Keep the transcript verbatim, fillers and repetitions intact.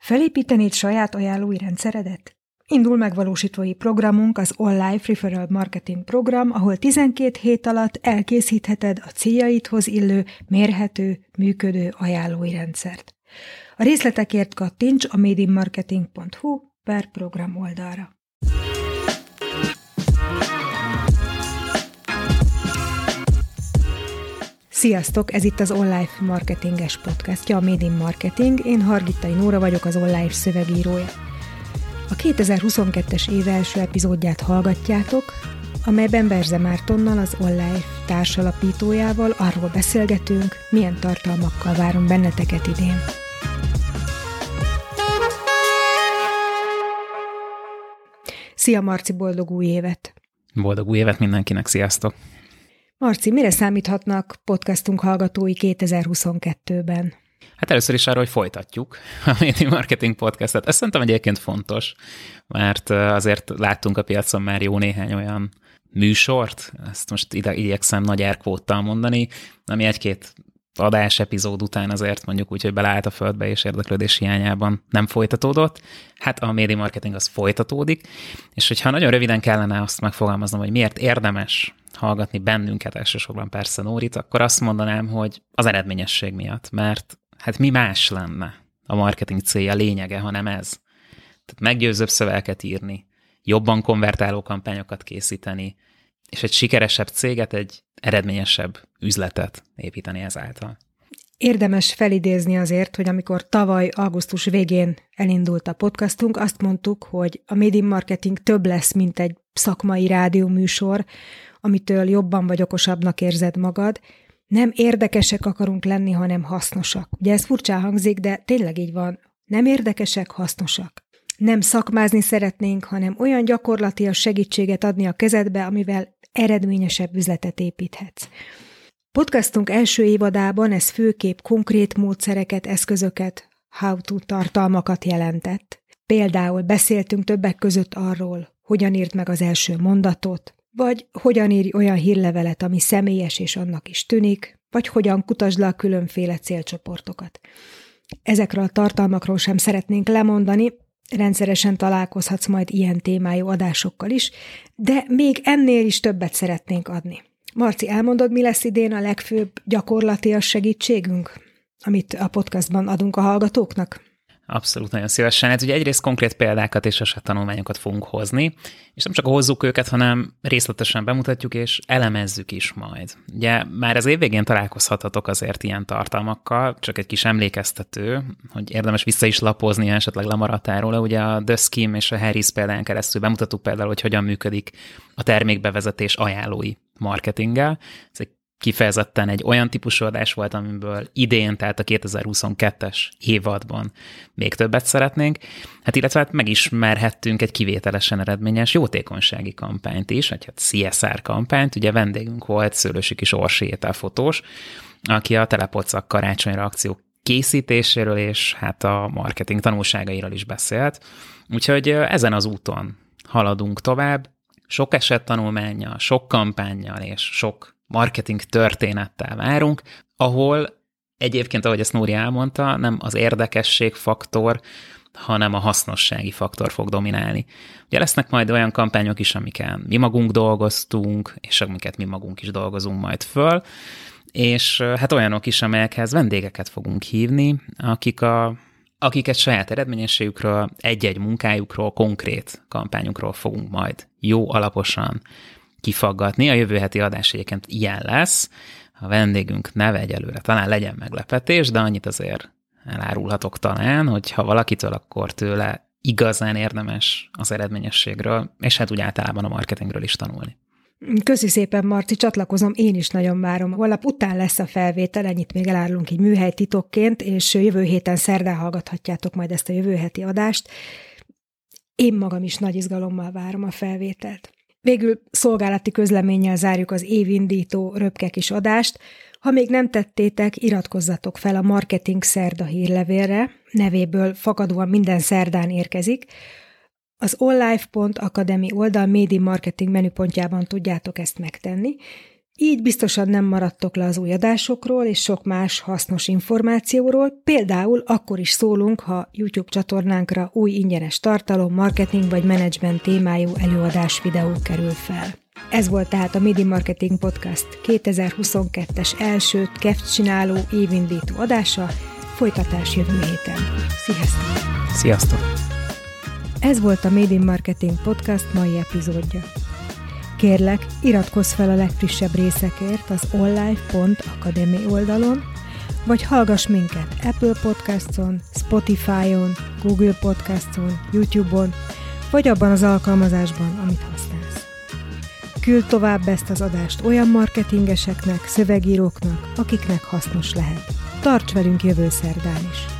Felépítenéd saját ajánlói rendszeredet? Indul megvalósítói programunk, az All Life Referral Marketing program, ahol tizenkét hét alatt elkészítheted a céljaidhoz illő, mérhető, működő ajánlói rendszert. A részletekért kattints a madeinmarketing pont hu per program oldalra. Sziasztok! Ez itt az All Life marketinges podcastja, a Made in Marketing. Én Hargittai Nóra vagyok, az All Life szövegírója. A kétezer-huszonkettes év első epizódját hallgatjátok, amelyben Berze Mártonnal, az All Life társalapítójával arról beszélgetünk, milyen tartalmakkal várunk benneteket idén. Szia Marci, boldog új évet! Boldog új évet mindenkinek, sziasztok! Marci, mire számíthatnak podcastunk hallgatói kétezer-huszonkettőben? Hát először is arra, hogy folytatjuk a Made in Marketing podcastet. Ez szerintem egyébként fontos, mert azért láttunk a piacon már jó néhány olyan műsort, ezt most ide igyekszem nagy airquote-tal mondani, ami egy-két adás epizód után azért mondjuk úgy, hogy beleállt a földbe és érdeklődés hiányában nem folytatódott. Hát a Made in Marketing az folytatódik, és hogyha nagyon röviden kellene azt megfogalmaznom, hogy miért érdemes hallgatni bennünket, elsősorban persze Nórit, akkor azt mondanám, hogy az eredményesség miatt, mert hát mi más lenne a marketing célja, lényege, hanem ez. Tehát meggyőzőbb szövegeket írni, jobban konvertáló kampányokat készíteni, és egy sikeresebb céget, egy eredményesebb üzletet építeni ezáltal. Érdemes felidézni azért, hogy amikor tavaly augusztus végén elindult a podcastunk, azt mondtuk, hogy a Made in Marketing több lesz, mint egy szakmai rádióműsor, amitől jobban vagy okosabbnak érzed magad. Nem érdekesek akarunk lenni, hanem hasznosak. Ugye ez furcsán hangzik, de tényleg így van. Nem érdekesek, hasznosak. Nem szakmázni szeretnénk, hanem olyan gyakorlatias segítséget adni a kezedbe, amivel eredményesebb üzletet építhetsz. Podcastunk első évadában ez főképp konkrét módszereket, eszközöket, how-to tartalmakat jelentett. Például beszéltünk többek között arról, hogyan írd meg az első mondatot, vagy hogyan írj olyan hírlevelet, ami személyes és annak is tűnik, vagy hogyan kutasd le a különféle célcsoportokat. Ezekről a tartalmakról sem szeretnénk lemondani, rendszeresen találkozhatsz majd ilyen témájú adásokkal is, de még ennél is többet szeretnénk adni. Marci, elmondod, mi lesz idén a legfőbb gyakorlatias segítségünk, amit a podcastban adunk a hallgatóknak? Abszolút, nagyon szívesen. Hát ugye egyrészt konkrét példákat és esettanulmányokat fogunk hozni, és nem csak hozzuk őket, hanem részletesen bemutatjuk és elemezzük is majd. Ugye már az év végén találkozhatatok azért ilyen tartalmakkal, csak egy kis emlékeztető, hogy érdemes vissza is lapozni, ha esetleg lemaradtál róla. Ugye a The Scheme és a Harris példán keresztül bemutattuk például, hogy hogyan működik a termékbevezetés ajánlói marketinggel. Ez egy kifejezetten egy olyan típusú adás volt, amiből idén, tehát a kétezer-huszonkettes évadban még többet szeretnénk. Hát illetve hát megismerhettünk egy kivételesen eredményes jótékonysági kampányt is, vagy hát cé es er kampányt. Ugye vendégünk volt Szőlősi Kis Orsi ételfotós, aki a Telepocak karácsonyra akció készítéséről és hát a marketing tanulságairól is beszélt. Úgyhogy ezen az úton haladunk tovább. Sok esettanulmánnyal, sok kampánnyal és sok marketing történettel várunk, ahol egyébként, ahogy ezt Nóri elmondta, nem az érdekesség faktor, hanem a hasznossági faktor fog dominálni. Ugye lesznek majd olyan kampányok is, amiken mi magunk dolgoztunk, és amiket mi magunk is dolgozunk majd föl, és hát olyanok is, amelyekhez vendégeket fogunk hívni, akik a akiket saját eredményességükről, egy-egy munkájukról, konkrét kampányukról fogunk majd jó alaposan kifaggatni. A jövő heti adás egyébként ilyen lesz. A vendégünk neve egyelőre talán legyen meglepetés, de annyit azért elárulhatok talán, hogy ha valakitől, akkor tőle igazán érdemes az eredményességről, és hát úgy általában a marketingről is tanulni. Köszi szépen, Marci, csatlakozom, én is nagyon várom. Holnap után lesz a felvétel, ennyit még elárulunk így műhelytitokként, és jövő héten szerdán hallgathatjátok majd ezt a jövő heti adást. Én magam is nagy izgalommal várom a felvételt. Végül szolgálati közleménnyel zárjuk az évindító röpke kis adást. Ha még nem tettétek, iratkozzatok fel a Marketing Szerda hírlevélre, nevéből fakadóan minden szerdán érkezik. Az alllife pont academy oldal Made in Marketing menüpontjában tudjátok ezt megtenni, Így biztosan nem maradtok le az új adásokról és sok más hasznos információról, például akkor is szólunk, ha YouTube csatornánkra új ingyenes tartalom, marketing vagy menedzsment témájú előadás videó kerül fel. Ez volt tehát a Made in Marketing Podcast kétezer-huszonkettes első keft csináló évindító adása, folytatás jövő héten. Sziasztok! Sziasztok! Ez volt a Made in Marketing Podcast mai epizódja. Kérlek, iratkozz fel a legfrissebb részekért az onlife pont academy oldalon, vagy hallgass minket Apple Podcaston, Spotify-on, Google Podcaston, YouTube-on, vagy abban az alkalmazásban, amit használsz. Küld tovább ezt az adást olyan marketingeseknek, szövegíróknak, akiknek hasznos lehet. Tarts velünk jövő szerdán is!